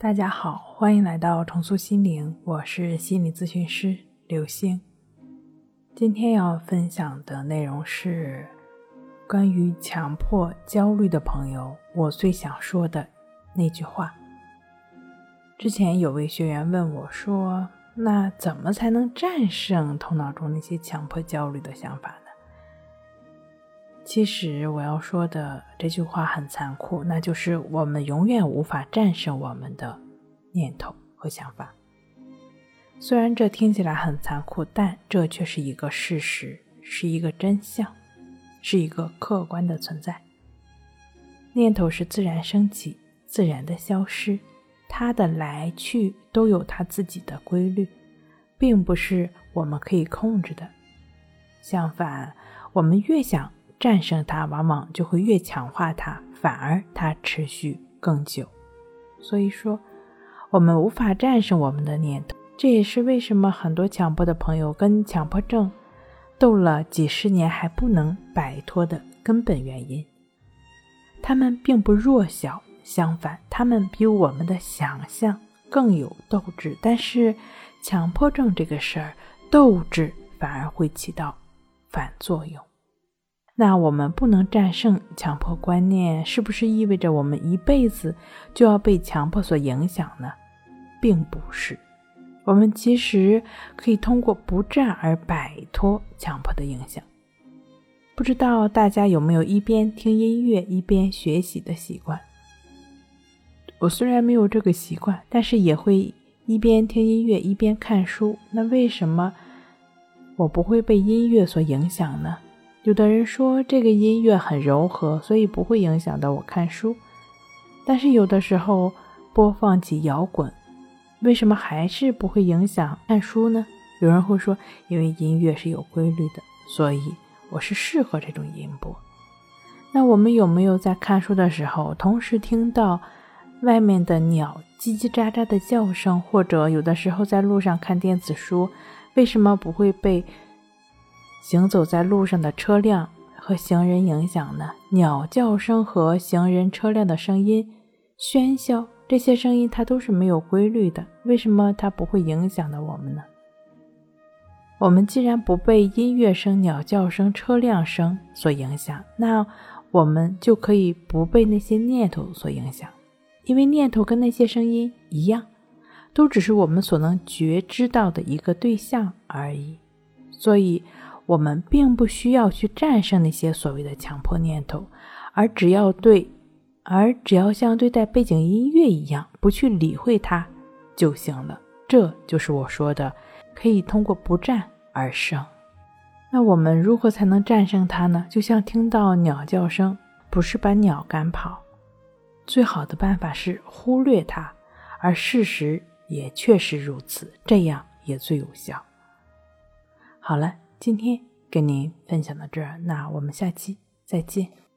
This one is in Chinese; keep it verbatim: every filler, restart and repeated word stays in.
大家好，欢迎来到重塑心灵，我是心理咨询师刘星。今天要分享的内容是关于强迫焦虑的朋友，我最想说的那句话。之前有位学员问我说，那怎么才能战胜头脑中那些强迫焦虑的想法呢？其实我要说的这句话很残酷，那就是我们永远无法战胜我们的念头和想法。虽然这听起来很残酷，但这却是一个事实，是一个真相，是一个客观的存在。念头是自然升起，自然的消失，它的来去都有它自己的规律，并不是我们可以控制的。相反，我们越想战胜它，往往就会越强化它，反而它持续更久。所以说，我们无法战胜我们的念头，这也是为什么很多强迫的朋友跟强迫症斗了几十年还不能摆脱的根本原因。他们并不弱小，相反，他们比我们的想象更有斗志。但是强迫症这个事儿，斗志反而会起到反作用。那我们不能战胜强迫观念，是不是意味着我们一辈子就要被强迫所影响呢？并不是，我们其实可以通过不战而摆脱强迫的影响。不知道大家有没有一边听音乐一边学习的习惯？我虽然没有这个习惯，但是也会一边听音乐一边看书。那为什么我不会被音乐所影响呢？有的人说这个音乐很柔和，所以不会影响到我看书。但是有的时候播放起摇滚，为什么还是不会影响看书呢？有人会说，因为音乐是有规律的，所以我是适合这种音波。那我们有没有在看书的时候，同时听到外面的鸟叽叽喳喳的叫声，或者有的时候在路上看电子书，为什么不会被行走在路上的车辆和行人影响呢？鸟叫声和行人车辆的声音喧嚣，这些声音它都是没有规律的，为什么它不会影响到我们呢？我们既然不被音乐声、鸟叫声、车辆声所影响，那我们就可以不被那些念头所影响。因为念头跟那些声音一样，都只是我们所能觉知到的一个对象而已。所以我们并不需要去战胜那些所谓的强迫念头，而只要对而只要像对待背景音乐一样，不去理会它就行了。这就是我说的可以通过不战而胜。那我们如何才能战胜它呢？就像听到鸟叫声，不是把鸟赶跑，最好的办法是忽略它，而事实也确实如此，这样也最有效。好了，今天跟您分享到这儿，那我们下期再见。